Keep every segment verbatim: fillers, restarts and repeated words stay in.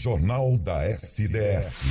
Jornal da S D S.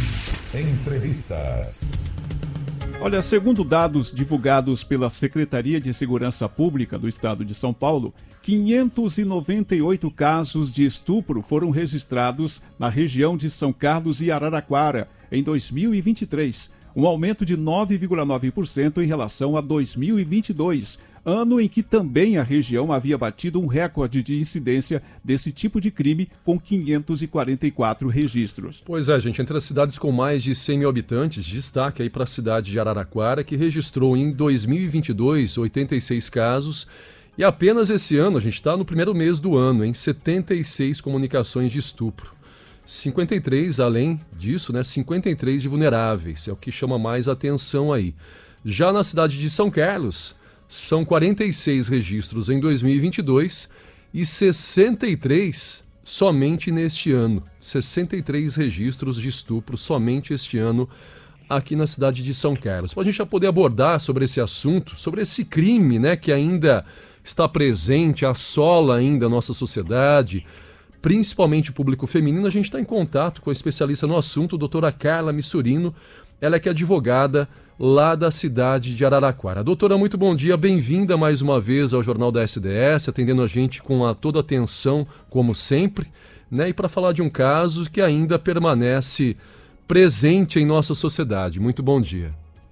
Entrevistas. Olha, segundo dados divulgados pela Secretaria de Segurança Pública do Estado de São Paulo, quinhentos e noventa e oito casos de estupro foram registrados na região de São Carlos e Araraquara em dois mil e vinte e três, um aumento de nove vírgula nove por cento em relação a dois mil e vinte e dois, ano em que também a região havia batido um recorde de incidência desse tipo de crime, com quinhentos e quarenta e quatro registros. Pois é, gente, entre as cidades com mais de cem mil habitantes, destaque aí para a cidade de Araraquara, que registrou em dois mil e vinte e dois oitenta e seis casos, e apenas esse ano, a gente está no primeiro mês do ano, em setenta e seis comunicações de estupro. cinquenta e três, além disso, né, cinquenta e três de vulneráveis, é o que chama mais atenção aí. Já na cidade de São Carlos, são quarenta e seis registros em dois mil e vinte e dois e sessenta e três somente neste ano. sessenta e três registros de estupro somente este ano aqui na cidade de São Carlos. Para a gente já poder abordar sobre esse assunto, sobre esse crime, né, que ainda está presente, assola ainda a nossa sociedade, principalmente o público feminino, a gente está em contato com a especialista no assunto, a doutora Carla Missurino, ela é que é advogada lá da cidade de Araraquara. Doutora, muito bom dia, bem-vinda mais uma vez ao Jornal da S D S, atendendo a gente com a toda atenção, como sempre, né? E para falar de um caso que ainda permanece presente em nossa sociedade. Muito bom dia.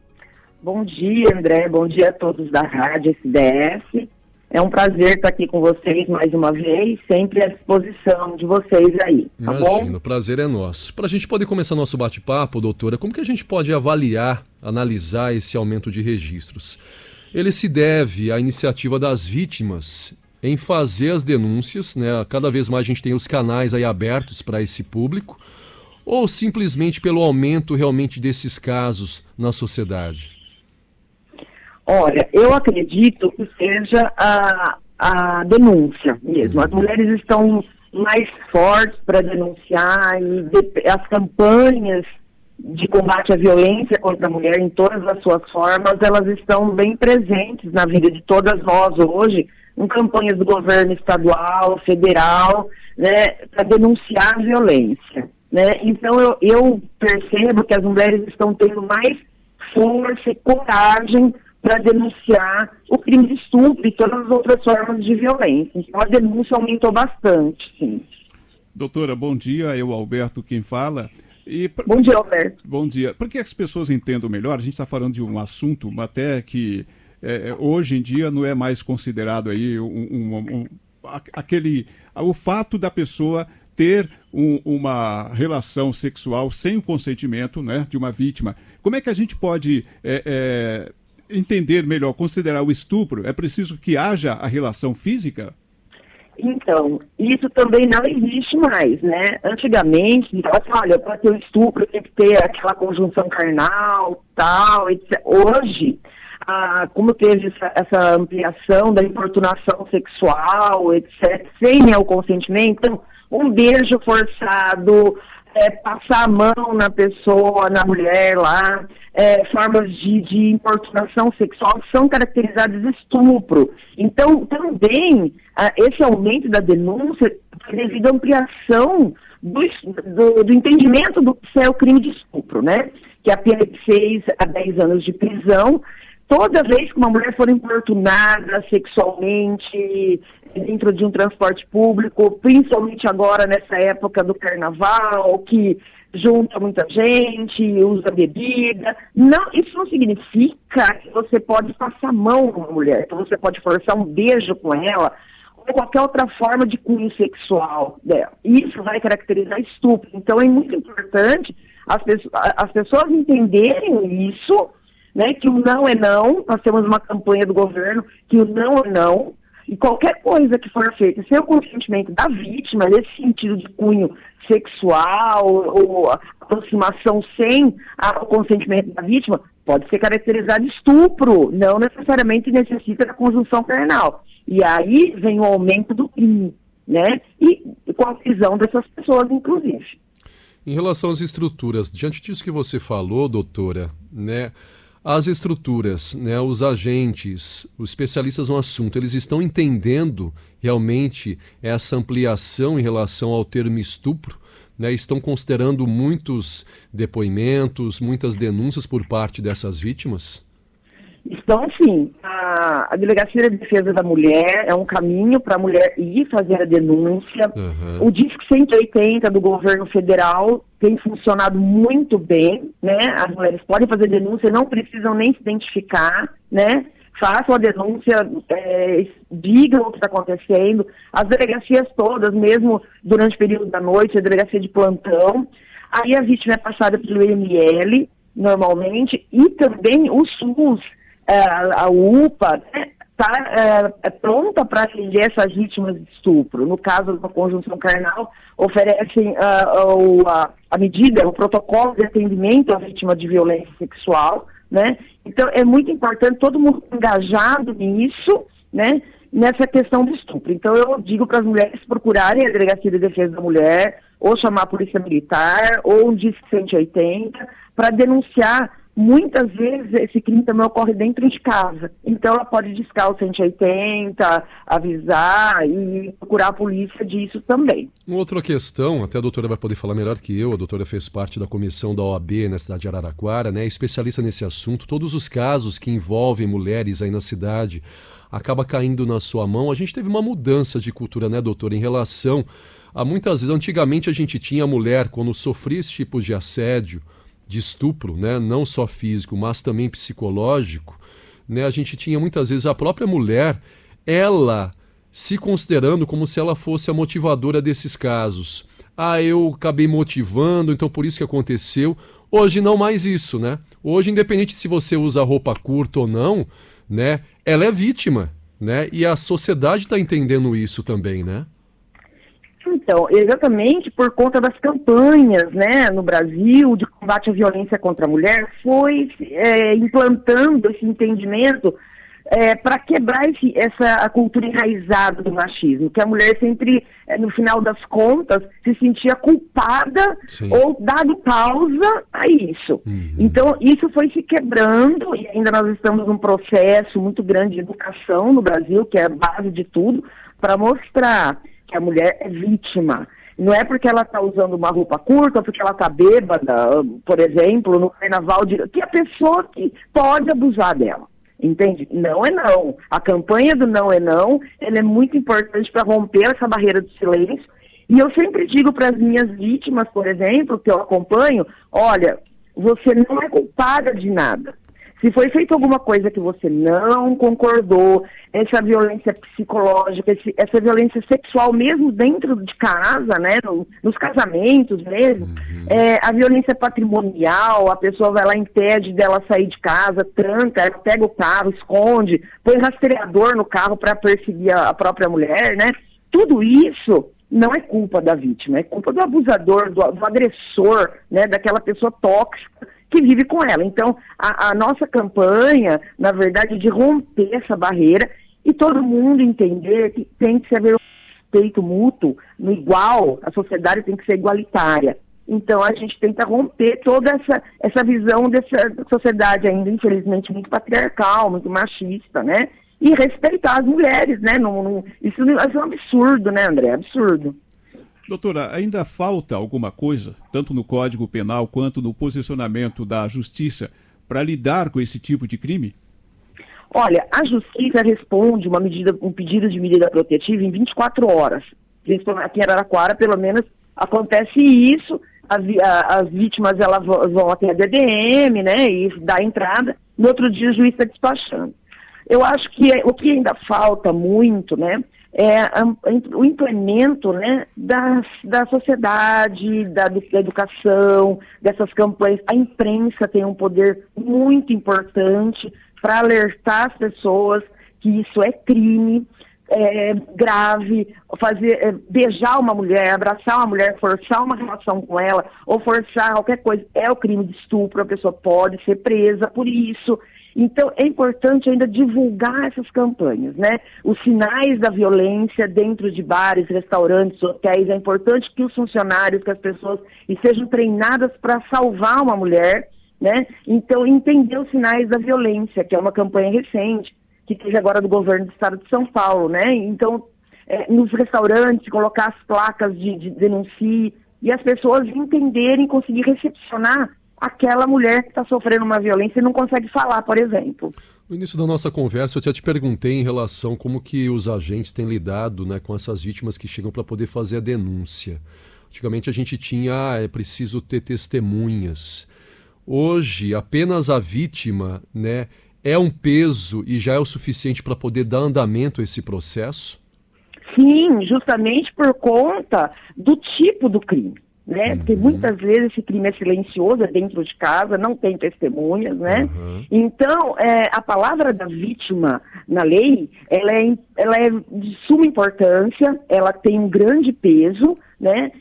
Bom dia, André, bom dia a todos da Rádio S D S. É um prazer estar aqui com vocês mais uma vez, sempre à disposição de vocês aí, tá bom? Imagino, o prazer é nosso. Para a gente poder começar nosso bate-papo, doutora, como que a gente pode avaliar, analisar esse aumento de registros? Ele se deve à iniciativa das vítimas em fazer as denúncias, né? Cada vez mais a gente tem os canais aí abertos para esse público, ou simplesmente pelo aumento realmente desses casos na sociedade? Olha, eu acredito que seja a, a denúncia mesmo. As mulheres estão mais fortes para denunciar e de, as campanhas de combate à violência contra a mulher em todas as suas formas, elas estão bem presentes na vida de todas nós hoje, em campanhas do governo estadual, federal, né, para denunciar a violência, né? Então eu, eu percebo que as mulheres estão tendo mais força e coragem para denunciar o crime de estupro e todas as outras formas de violência. Então a denúncia aumentou bastante, sim. Doutora, bom dia, é o Alberto quem fala. E pra... Bom dia, Alberto. Bom dia. Para que as pessoas entendam melhor, a gente está falando de um assunto até que é, hoje em dia não é mais considerado aí um, um, um, aquele, o fato da pessoa ter um, uma relação sexual sem o consentimento, né, de uma vítima. Como é que a gente pode é, é, entender melhor, considerar o estupro? É preciso que haja a relação física? Então, isso também não existe mais, né? Antigamente, olha, para ter o estupro tem que ter aquela conjunção carnal, tal, etcétera. Hoje, ah, como teve essa, essa ampliação da importunação sexual, etcétera, sem o consentimento, então, um beijo forçado, é, passar a mão na pessoa, na mulher lá, é, formas de, de importunação sexual são caracterizadas de estupro. Então, também, ah, esse aumento da denúncia é devido à ampliação do, do, do entendimento do que é o crime de estupro, né? Que é a pena de seis a dez anos de prisão. Toda vez que uma mulher for importunada sexualmente dentro de um transporte público, principalmente agora nessa época do carnaval, que junta muita gente, usa bebida, não, isso não significa que você pode passar a mão com a mulher, que você pode forçar um beijo com ela, ou qualquer outra forma de cunho sexual dela. Isso vai caracterizar estupro. Então é muito importante as, pessoas, as pessoas entenderem isso, né, que o não é não. Nós temos uma campanha do governo que o não é não, e qualquer coisa que for feita sem o consentimento da vítima, nesse sentido de cunho sexual ou aproximação sem a, o consentimento da vítima, pode ser caracterizado de estupro, não necessariamente necessita da conjunção carnal. E aí vem o aumento do crime, né, e com a prisão dessas pessoas, inclusive. Em relação às estruturas, diante disso que você falou, doutora, né, as estruturas, né, os agentes, os especialistas no assunto, eles estão entendendo realmente essa ampliação em relação ao termo estupro? né, estão considerando muitos depoimentos, muitas denúncias por parte dessas vítimas? Estão sim. A, a Delegacia de Defesa da Mulher é um caminho para a mulher ir fazer a denúncia. Uhum. O Disque cento e oitenta do governo federal tem funcionado muito bem, né? As mulheres podem fazer denúncia, não precisam nem se identificar, né? Façam a denúncia, é, digam o que está acontecendo. As delegacias todas, mesmo durante o período da noite, a delegacia de plantão. Aí a vítima é passada pelo I M L, normalmente, e também o SUS. A U P A está né, é, é pronta para atender essas vítimas de estupro. No caso da conjunção carnal, oferecem uh, a, a medida, o protocolo de atendimento à vítima de violência sexual, né? Então, é muito importante todo mundo engajado nisso, né? Nessa questão do estupro. Então, eu digo para as mulheres procurarem a Delegacia de Defesa da Mulher, ou chamar a Polícia Militar, ou um Disque cento e oitenta, para denunciar. Muitas vezes esse crime também ocorre dentro de casa. Então ela pode discar o cento e oitenta, avisar e procurar a polícia disso também. Uma outra questão, até a doutora vai poder falar melhor que eu, a doutora fez parte da comissão da O A B na cidade de Araraquara, né? Especialista nesse assunto, todos os casos que envolvem mulheres aí na cidade acaba caindo na sua mão. A gente teve uma mudança de cultura, né, doutora, em relação a muitas vezes, antigamente a gente tinha a mulher, quando sofria esse tipo de assédio, de estupro, né, não só físico, mas também psicológico, né, a gente tinha muitas vezes a própria mulher, ela se considerando como se ela fosse a motivadora desses casos. Ah, eu acabei motivando, então por isso que aconteceu. Hoje não mais isso, né? Hoje, independente se você usa roupa curta ou não, né, ela é vítima, né? E a sociedade está entendendo isso também, né? Então, exatamente por conta das campanhas, né, no Brasil, de combate à violência contra a mulher, foi é, implantando esse entendimento é, para quebrar esse, essa a cultura enraizada do machismo, que a mulher sempre, é, no final das contas, se sentia culpada Sim. ou dado pausa a isso. Uhum. Então, isso foi se quebrando, e ainda nós estamos num processo muito grande de educação no Brasil, que é a base de tudo, para mostrar que a mulher é vítima. Não é porque ela está usando uma roupa curta, ou porque ela está bêbada, por exemplo, no carnaval, de, que a pessoa que pode abusar dela. Entende? Não é não. A campanha do não é não, ela é muito importante para romper essa barreira do silêncio. E eu sempre digo para as minhas vítimas, por exemplo, que eu acompanho, olha, você não é culpada de nada. Se foi feita alguma coisa que você não concordou, essa violência psicológica, esse, essa violência sexual mesmo dentro de casa, né, no, nos casamentos mesmo, uhum. é, a violência patrimonial, a pessoa vai lá e impede dela sair de casa, tranca, ela pega o carro, esconde, põe rastreador no carro para perseguir a, a própria mulher, né? Tudo isso não é culpa da vítima, é culpa do abusador, do, do agressor, né, daquela pessoa tóxica que vive com ela. Então, a, a nossa campanha, na verdade, é de romper essa barreira e todo mundo entender que tem que haver um respeito mútuo, no igual, a sociedade tem que ser igualitária. Então, a gente tenta romper toda essa, essa visão dessa sociedade ainda, infelizmente, muito patriarcal, muito machista, né? E respeitar as mulheres, né? Não, não, isso, isso é um absurdo, né, André? É absurdo. Doutora, ainda falta alguma coisa, tanto no Código Penal quanto no posicionamento da Justiça, para lidar com esse tipo de crime? Olha, a Justiça responde uma medida, um pedido de medida protetiva em vinte e quatro horas. Aqui em Araraquara, pelo menos, acontece isso. As, as vítimas elas vão até a D D M, né, e dá entrada. No outro dia, o juiz está despachando. Eu acho que o que ainda falta muito, né, é o implemento, né, da, da sociedade, da, da educação, dessas campanhas. A imprensa tem um poder muito importante para alertar as pessoas que isso é crime, é grave, fazer, é, beijar uma mulher, abraçar uma mulher, forçar uma relação com ela, ou forçar qualquer coisa, é o crime de estupro, a pessoa pode ser presa por isso. Então, é importante ainda divulgar essas campanhas, né? Os sinais da violência dentro de bares, restaurantes, hotéis, é importante que os funcionários, que as pessoas estejam treinadas para salvar uma mulher, né? Então, entender os sinais da violência, que é uma campanha recente, que teve agora do governo do estado de São Paulo, né? Então, é, nos restaurantes, colocar as placas de, de denuncie, e as pessoas entenderem, conseguir recepcionar aquela mulher que está sofrendo uma violência e não consegue falar, por exemplo. No início da nossa conversa, eu já te perguntei em relação como que os agentes têm lidado, né, com essas vítimas que chegam para poder fazer a denúncia. Antigamente a gente tinha, ah, é preciso ter testemunhas. Hoje, apenas a vítima, né, é um peso e já é o suficiente para poder dar andamento a esse processo? Sim, justamente por conta do tipo do crime, né? Uhum. Porque muitas vezes esse crime é silencioso, é dentro de casa, não tem testemunhas, né? Uhum. Então, é, a palavra da vítima na lei, ela é, ela é de suma importância, ela tem um grande peso, né?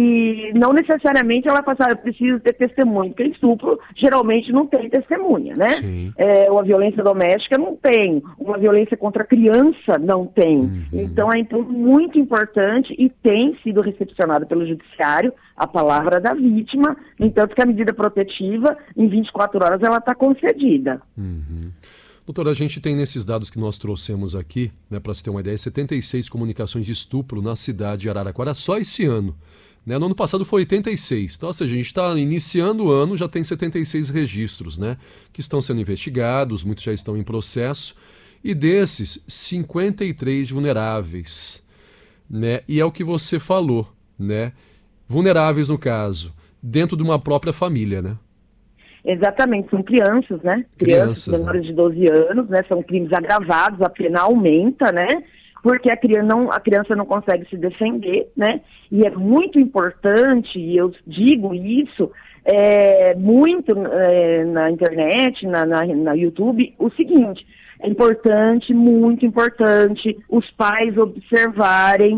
E não necessariamente ela vai passar, eu preciso ter testemunho, porque estupro geralmente não tem testemunha, né? É, uma violência doméstica não tem, uma violência contra a criança não tem. Uhum. Então é então, muito importante e tem sido recepcionado pelo judiciário a palavra da vítima, no entanto que a medida protetiva, em vinte e quatro horas, ela está concedida. Uhum. Doutora, a gente tem nesses dados que nós trouxemos aqui, né, para se ter uma ideia, setenta e seis comunicações de estupro na cidade de Araraquara só esse ano. Né? No ano passado foi oitenta e seis. Então, ou seja, a gente está iniciando o ano, já tem setenta e seis registros, né, que estão sendo investigados, muitos já estão em processo, e desses, cinquenta e três vulneráveis. Né? E é o que você falou, né? Vulneráveis no caso, dentro de uma própria família, né? Exatamente, são crianças, né? Crianças, crianças menores, né, de doze anos, né? São crimes agravados, a pena aumenta, né? Porque a criança não, a criança não consegue se defender, né? E é muito importante, e eu digo isso é, muito é, na internet, na, na, na YouTube, o seguinte, é importante, muito importante, os pais observarem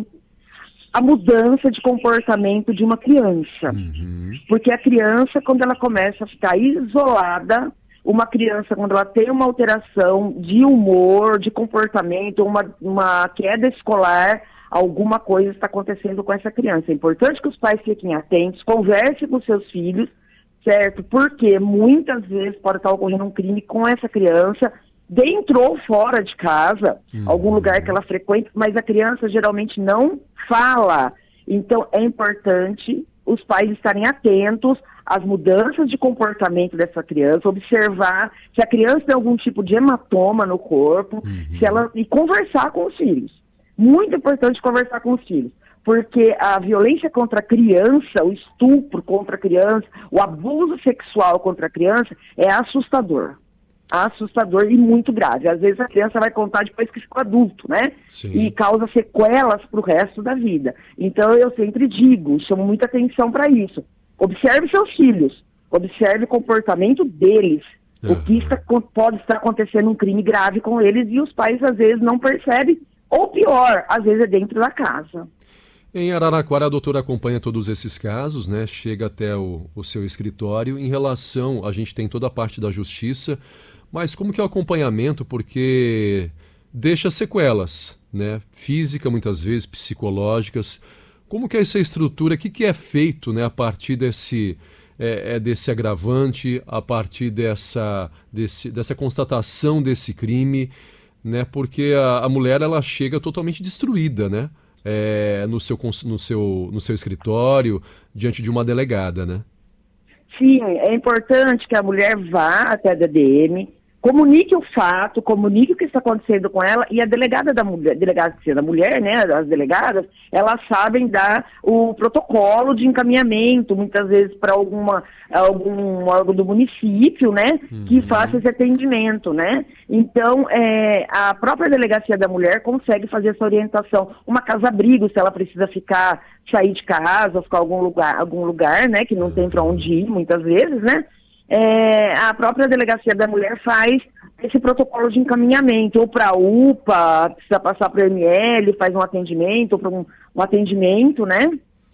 a mudança de comportamento de uma criança. Uhum. Porque a criança, quando ela começa a ficar isolada, uma criança, quando ela tem uma alteração de humor, de comportamento, uma, uma queda escolar, alguma coisa está acontecendo com essa criança. É importante que os pais fiquem atentos, conversem com seus filhos, certo? Porque muitas vezes pode estar ocorrendo um crime com essa criança, dentro ou fora de casa, uhum. algum lugar que ela frequenta, mas a criança geralmente não fala. Então é importante os pais estarem atentos às mudanças de comportamento dessa criança, observar se a criança tem algum tipo de hematoma no corpo, uhum. se ela, e conversar com os filhos. Muito importante conversar com os filhos, porque a violência contra a criança, o estupro contra a criança, o abuso sexual contra a criança é assustador. assustador e muito grave. Às vezes a criança vai contar depois que ficou adulto, né? Sim. E causa sequelas para o resto da vida. Então eu sempre digo, chamo muita atenção para isso. Observe seus filhos, observe o comportamento deles. Uhum. O que está, pode estar acontecendo um crime grave com eles e os pais às vezes não percebem, ou pior, às vezes é dentro da casa. Em Araraquara, a doutora acompanha todos esses casos, né? Chega até o, o seu escritório. Em relação, a gente tem toda a parte da justiça, mas como que é o acompanhamento? Porque deixa sequelas, né? Física, muitas vezes, psicológicas. Como que é essa estrutura? O que, que é feito, né, a partir desse, é, é desse agravante, a partir dessa, desse, dessa constatação desse crime, né? Porque a, a mulher, ela chega totalmente destruída, né? É, no, seu, no, seu, no seu escritório, diante de uma delegada, né? Sim, é importante que a mulher vá até a D D M, comunique o fato, comunique o que está acontecendo com ela, e a delegada da mulher, delegacia da mulher, né, as delegadas, elas sabem dar o protocolo de encaminhamento, muitas vezes para alguma algum órgão do município, né, uhum. que faça esse atendimento, né. Então, é, a própria delegacia da mulher consegue fazer essa orientação, uma casa-abrigo, se ela precisa ficar, sair de casa, ficar em algum lugar, algum lugar, né, que não tem para onde ir, muitas vezes, né. É, a própria delegacia da mulher faz esse protocolo de encaminhamento, ou para a U P A, precisa passar para o M L, faz um atendimento, ou para um, um atendimento, né?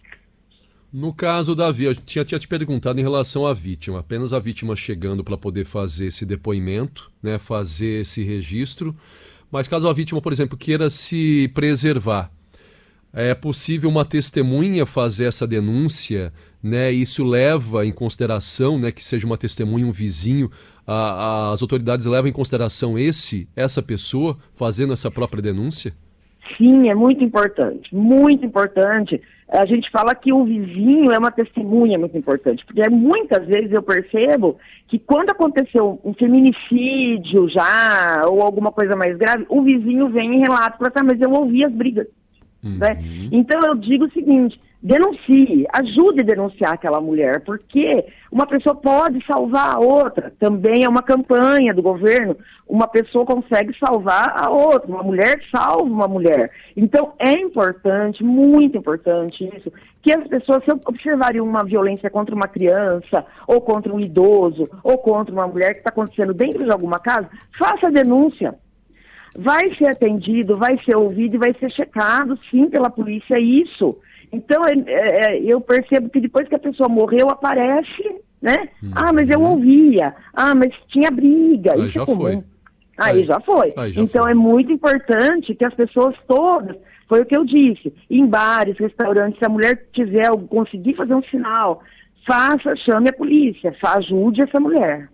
No caso da vítima, eu tinha, tinha te perguntado em relação à vítima, apenas a vítima chegando para poder fazer esse depoimento, né, fazer esse registro, mas caso a vítima, por exemplo, queira se preservar, é possível uma testemunha fazer essa denúncia, né? Isso leva em consideração, né, que seja uma testemunha, um vizinho, a, a, as autoridades levam em consideração esse, essa pessoa fazendo essa própria denúncia? Sim, é muito importante, muito importante a gente fala que o vizinho é uma testemunha muito importante, porque muitas vezes eu percebo que quando aconteceu um feminicídio já, ou alguma coisa mais grave, o vizinho vem e relata para cá, mas eu ouvi as brigas. Uhum. Né? Então eu digo o seguinte, denuncie, ajude a denunciar aquela mulher, porque uma pessoa pode salvar a outra, também é uma campanha do governo, uma pessoa consegue salvar a outra, uma mulher salva uma mulher. Então é importante, muito importante isso, que as pessoas, se observarem uma violência contra uma criança, ou contra um idoso, ou contra uma mulher que está acontecendo dentro de alguma casa, faça a denúncia. Vai ser atendido, vai ser ouvido e vai ser checado, sim, pela polícia, isso. Então, é, é, eu percebo que depois que a pessoa morreu, aparece, né? Uhum. Ah, mas eu ouvia. Ah, mas tinha briga. Aí isso já é comum. foi. Aí, Aí já foi. Aí já então, foi. É muito importante que as pessoas todas, foi o que eu disse, em bares, restaurantes, se a mulher tiver, conseguir fazer um sinal, faça, chame a polícia, ajude essa mulher.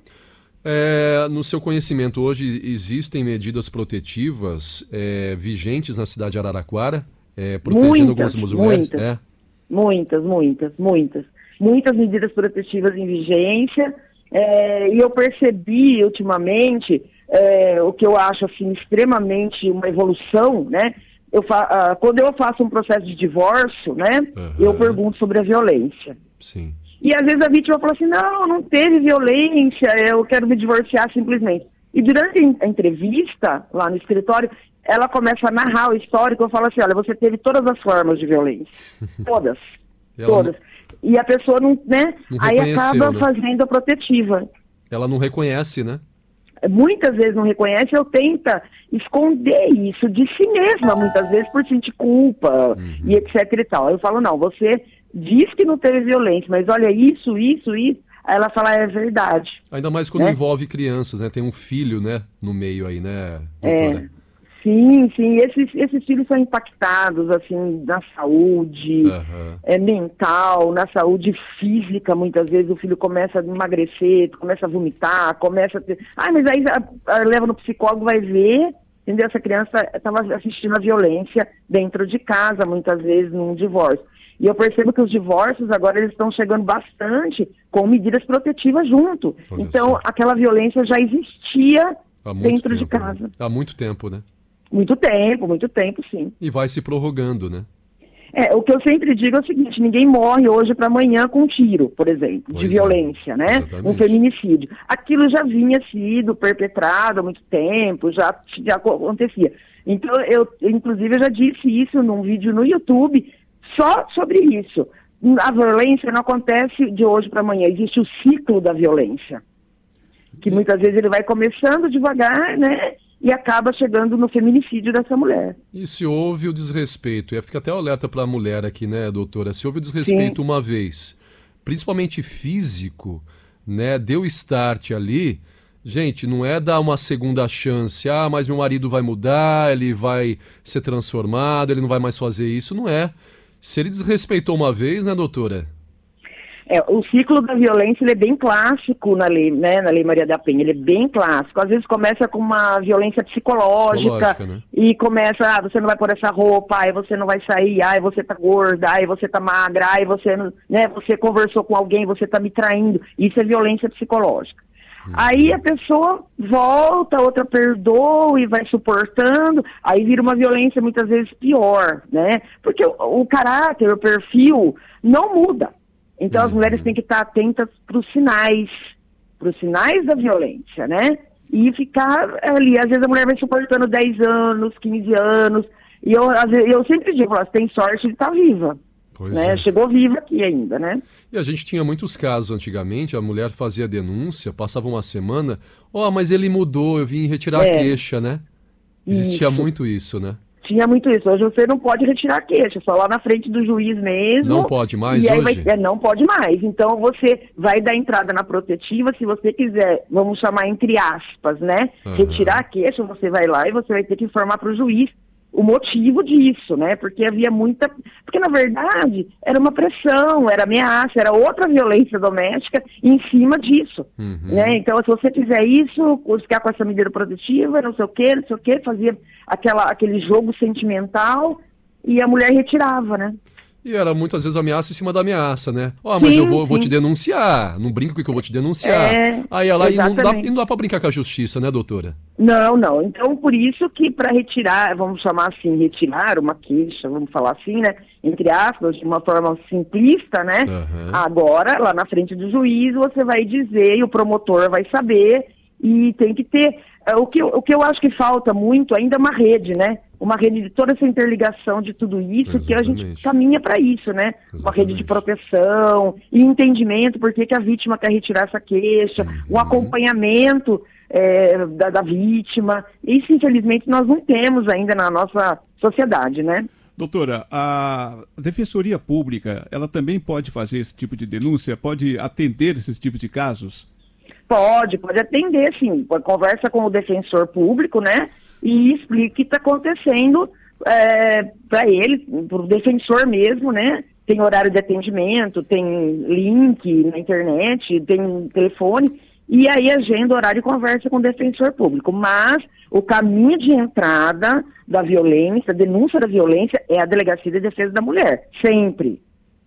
É, no seu conhecimento, hoje existem medidas protetivas é, vigentes na cidade de Araraquara, é, protegendo muitas, algumas mulheres? Muitas, é. muitas, muitas, muitas. Muitas medidas protetivas em vigência, é, e eu percebi ultimamente, é, o que eu acho assim, extremamente uma evolução, né? Eu fa- uh, quando eu faço um processo de divórcio, né, uhum. eu pergunto sobre a violência. Sim. E às vezes a vítima fala assim, não, não teve violência, eu quero me divorciar simplesmente. E durante a entrevista, lá no escritório, ela começa a narrar o histórico, eu falo assim, olha, você teve todas as formas de violência. Todas. todas. Não... E a pessoa não, né? Não aí acaba né? fazendo a protetiva. Ela não reconhece, né? Muitas vezes não reconhece, eu tento esconder isso de si mesma, muitas vezes por sentir culpa, uhum. e etc e tal. Eu falo, não, você... diz que não teve violência, mas olha isso, isso, isso. Aí ela fala, é verdade. Ainda mais quando né? envolve crianças, né? Tem um filho, né? No meio aí, né, doutora? É, sim, sim. Esses, esses filhos são impactados, assim, na saúde uhum. é, mental, na saúde física, muitas vezes. O filho começa a emagrecer, começa a vomitar, começa a ter... Ah, mas aí a, a, leva no psicólogo, vai ver... Entendeu? Essa criança estava assistindo a violência dentro de casa, muitas vezes, num divórcio. E eu percebo que os divórcios agora eles estão chegando bastante com medidas protetivas junto. Olha então, assim. Aquela violência já existia dentro tempo, de casa. Né? Há muito tempo, né? Muito tempo, muito tempo, sim. E vai se prorrogando, né? É, o que eu sempre digo é o seguinte, ninguém morre hoje para amanhã com um tiro, por exemplo, pois de é. violência, né? Exatamente. Um feminicídio. Aquilo já vinha sido perpetrado há muito tempo, já, já acontecia. Então, eu, inclusive, eu já disse isso num vídeo no YouTube, só sobre isso. A violência não acontece de hoje para amanhã, existe o ciclo da violência, que muitas vezes ele vai começando devagar, né, e acaba chegando no feminicídio dessa mulher. E se houve o desrespeito, e fica até alerta para a mulher aqui, né, doutora, se houve o desrespeito Sim. uma vez, principalmente físico, né, deu start ali, gente, não é dar uma segunda chance, ah, mas meu marido vai mudar, ele vai ser transformado, ele não vai mais fazer isso, não é. Se ele desrespeitou uma vez, né, doutora? É, o ciclo da violência ele é bem clássico na lei, né, na Lei Maria da Penha, ele é bem clássico. Às vezes começa com uma violência psicológica, psicológica né? e começa, ah, você não vai pôr essa roupa, aí você não vai sair, aí você tá gorda, aí você tá magra, aí você, não, né, você conversou com alguém, você tá me traindo. Isso é violência psicológica. Hum. Aí a pessoa volta, a outra perdoa e vai suportando, aí vira uma violência muitas vezes pior, né? Porque o, o caráter, o perfil não muda. Então, uhum. as mulheres têm que estar atentas para os sinais, para os sinais da violência, né? E ficar ali. Às vezes a mulher vai suportando dez anos, quinze anos, e eu, às vezes, eu sempre digo, você tem sorte de estar viva. Pois né? é. Chegou viva aqui ainda, né? E a gente tinha muitos casos antigamente, a mulher fazia denúncia, passava uma semana, ó, oh, mas ele mudou, eu vim retirar é. a queixa, né? Existia isso. muito isso, né? Tinha muito isso. Hoje você não pode retirar a queixa, só lá na frente do juiz mesmo. Não pode mais e aí hoje? Vai, é, não pode mais. Então você vai dar entrada na protetiva, se você quiser, vamos chamar entre aspas, né? Uhum. Retirar a queixa, você vai lá e você vai ter que informar para o juiz o motivo disso, né? Porque havia muita... Porque, na verdade, era uma pressão, era ameaça, era outra violência doméstica em cima disso, uhum. né? Então, se você fizer isso, ficar com essa medida protetiva, não sei o quê, não sei o quê, fazia aquela, aquele jogo sentimental e a mulher retirava, né? E era muitas vezes ameaça em cima da ameaça, né? Ó, oh, mas sim, eu vou, vou te denunciar. Não brinco com que eu vou te denunciar. É, Aí ela e não, dá, e não dá pra brincar com a justiça, né, doutora? Não, não. Então, por isso que para retirar, vamos chamar assim, retirar uma queixa, vamos falar assim, né? Entre aspas, de uma forma simplista, né? Uhum. Agora, lá na frente do juiz, você vai dizer e o promotor vai saber e tem que ter... O que, o que eu acho que falta muito ainda é uma rede, né? Uma rede de toda essa interligação de tudo isso, exatamente, que a gente caminha para isso, né? Exatamente. Uma rede de proteção e entendimento por que, que a vítima quer retirar essa queixa, uhum. um acompanhamento é, da, da vítima. Isso, infelizmente, nós não temos ainda na nossa sociedade, né? Doutora, a Defensoria Pública, ela também pode fazer esse tipo de denúncia? Pode atender esses tipos de casos? Pode, pode atender, sim. Conversa com o defensor público, né? E explica o que está acontecendo é, para ele, para o defensor mesmo, né? Tem horário de atendimento, tem link na internet, tem telefone, e aí agenda horário e conversa com o defensor público. Mas o caminho de entrada da violência, denúncia da violência, é a Delegacia de Defesa da Mulher, sempre.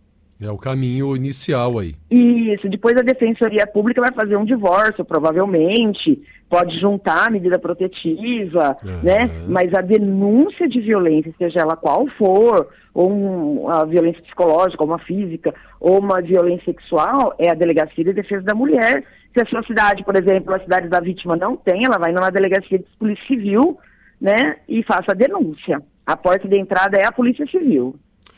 É o caminho inicial aí. Isso, depois a Defensoria Pública vai fazer um divórcio, provavelmente, pode juntar a medida protetiva, uhum. né? Mas a denúncia de violência, seja ela qual for, ou um, a violência psicológica, ou uma física, ou uma violência sexual, é a Delegacia de Defesa da Mulher. Se a sua cidade, por exemplo, a cidade da vítima não tem, ela vai numa Delegacia de Polícia Civil, né? E faça a denúncia. A porta de entrada é a Polícia Civil.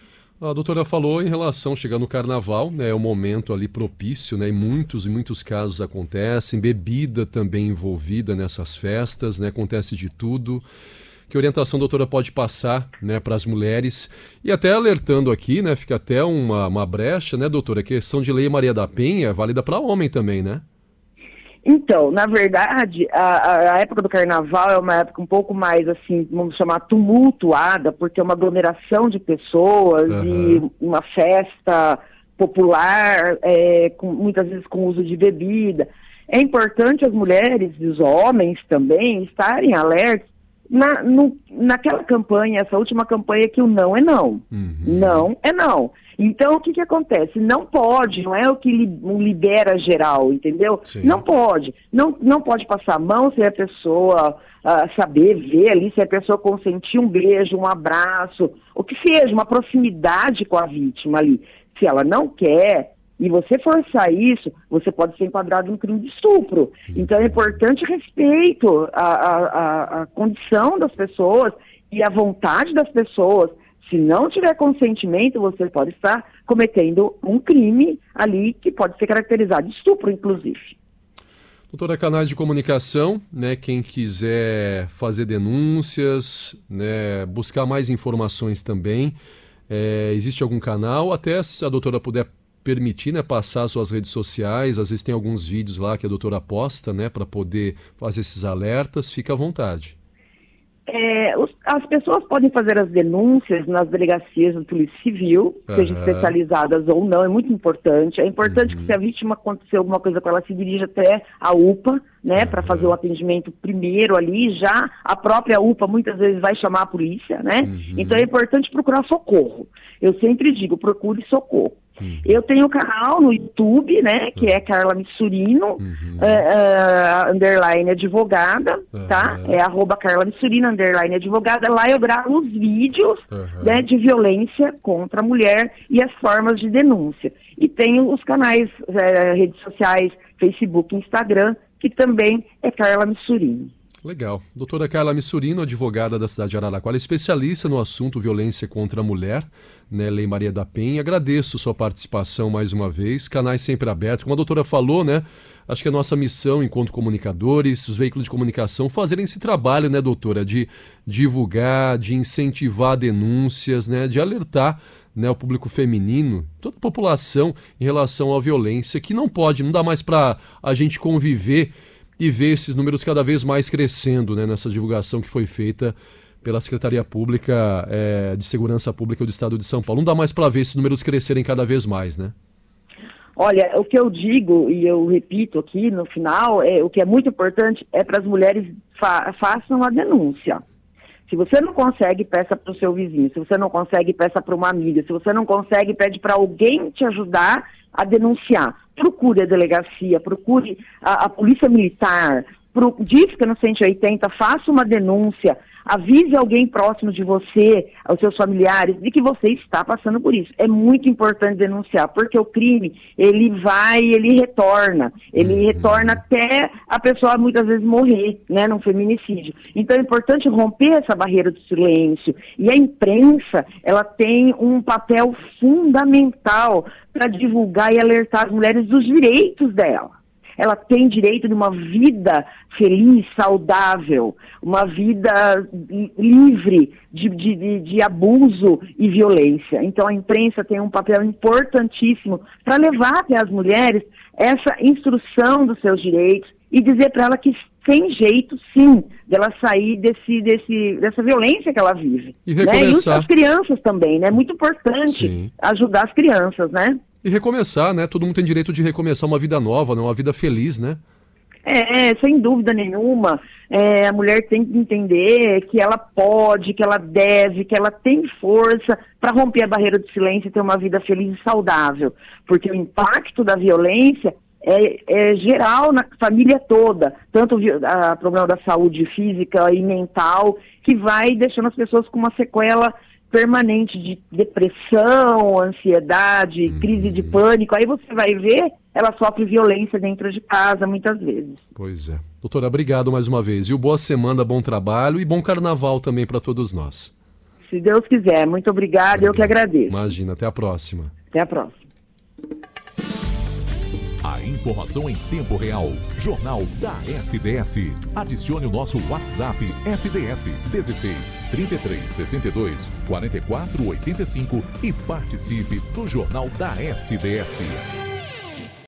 A doutora falou em relação, chegar no carnaval, né, é um momento ali propício, né, e muitos e muitos casos acontecem, bebida também envolvida nessas festas, né, acontece de tudo. Que orientação a doutora pode passar, né, para as mulheres? E até alertando aqui, né, fica até uma, uma brecha, né, doutora, a questão de Lei Maria da Penha é válida para homem também, né? Então, na verdade, a, a época do carnaval é uma época um pouco mais, assim, vamos chamar, tumultuada, porque é uma aglomeração de pessoas uhum. e uma festa popular, é, com, muitas vezes com uso de bebida. É importante as mulheres e os homens também estarem alertas na, no, naquela campanha, essa última campanha que o não é não. Uhum. Não é não. Então, o que que acontece? Não pode, não é o que li, libera geral, entendeu? Sim. Não pode. Não, não pode passar a mão sem a pessoa uh, saber, ver ali, se a pessoa consentir um beijo, um abraço, o que seja, uma proximidade com a vítima ali. Se ela não quer e você forçar isso, você pode ser enquadrado no crime de estupro. Então, é importante respeito à, à, à condição das pessoas e à vontade das pessoas. Se não tiver consentimento, você pode estar cometendo um crime ali que pode ser caracterizado de estupro, inclusive. Doutora, canais de comunicação, né? Quem quiser fazer denúncias, né? Buscar mais informações também, é, existe algum canal? Até se a doutora puder permitir, né, passar suas redes sociais, às vezes tem alguns vídeos lá que a doutora posta, né, para poder fazer esses alertas, fica à vontade. É, os, as pessoas podem fazer as denúncias nas delegacias da Polícia Civil, uhum. sejam especializadas ou não, é muito importante. É importante uhum. que se a vítima acontecer alguma coisa com ela, se dirija até a U P A, né, uhum. para fazer o atendimento primeiro ali, já a própria U P A muitas vezes vai chamar a polícia, né? Uhum. Então é importante procurar socorro. Eu sempre digo, procure socorro. Uhum. Eu tenho um canal no YouTube, né, que é Carla Missurino, uhum. uh, uh, underline advogada, uhum. tá? É arroba Carla Missurino, underline advogada. Lá eu gravo os vídeos, uhum. né, de violência contra a mulher e as formas de denúncia. E tenho os canais, uh, redes sociais, Facebook, Instagram, que também é Carla Missurino. Legal. Doutora Carla Missurino, advogada da cidade de Araraquara, especialista no assunto violência contra a mulher, né, Lei Maria da Penha. Agradeço sua participação mais uma vez, canais sempre abertos. Como a doutora falou, né, acho que é a nossa missão enquanto comunicadores, os veículos de comunicação, fazerem esse trabalho, né, doutora, de divulgar, de incentivar denúncias, né, de alertar, né, o público feminino, toda a população em relação à violência, que não pode, não dá mais para a gente conviver e ver esses números cada vez mais crescendo, né, nessa divulgação que foi feita pela Secretaria Pública é, de Segurança Pública do Estado de São Paulo. Não dá mais para ver esses números crescerem cada vez mais, né? Olha, o que eu digo, e eu repito aqui no final, é, o que é muito importante é para as mulheres fa- façam a denúncia. Se você não consegue, peça para o seu vizinho. Se você não consegue, peça para uma amiga. Se você não consegue, pede para alguém te ajudar a denunciar. Procure a delegacia, procure a, a polícia militar, pro, disca no cento e oitenta, faça uma denúncia, avise alguém próximo de você, aos seus familiares, de que você está passando por isso. É muito importante denunciar, porque o crime, ele vai, ele retorna, ele uhum. retorna até a pessoa muitas vezes morrer, né, num feminicídio. Então é importante romper essa barreira do silêncio, e a imprensa, ela tem um papel fundamental para divulgar e alertar as mulheres dos direitos dela. Ela tem direito de uma vida feliz, saudável, uma vida livre de, de, de, de abuso e violência. Então a imprensa tem um papel importantíssimo para levar até as mulheres essa instrução dos seus direitos e dizer para ela que tem jeito, sim, dela sair desse, desse, dessa violência que ela vive. E recomeçar. Né? E as crianças também, né? É muito importante sim. ajudar as crianças, né? E recomeçar, né? Todo mundo tem direito de recomeçar uma vida nova, né? Uma vida feliz, né? É, sem dúvida nenhuma. É, a mulher tem que entender que ela pode, que ela deve, que ela tem força para romper a barreira do silêncio e ter uma vida feliz e saudável. Porque o impacto da violência é, é geral na família toda. Tanto o problema da saúde física e mental, que vai deixando as pessoas com uma sequela permanente de depressão, ansiedade, hum. crise de pânico. Aí você vai ver, ela sofre violência dentro de casa, muitas vezes. Pois é. Doutora, obrigado mais uma vez. E boa semana, bom trabalho e bom carnaval também para todos nós. Se Deus quiser. Muito obrigada, eu que agradeço. Imagina, até a próxima. Até a próxima. A informação em tempo real. Jornal da S D S. Adicione o nosso WhatsApp S D S dezesseis, trinta e três, sessenta e dois, quarenta e quatro, oitenta e cinco e participe do Jornal da S D S.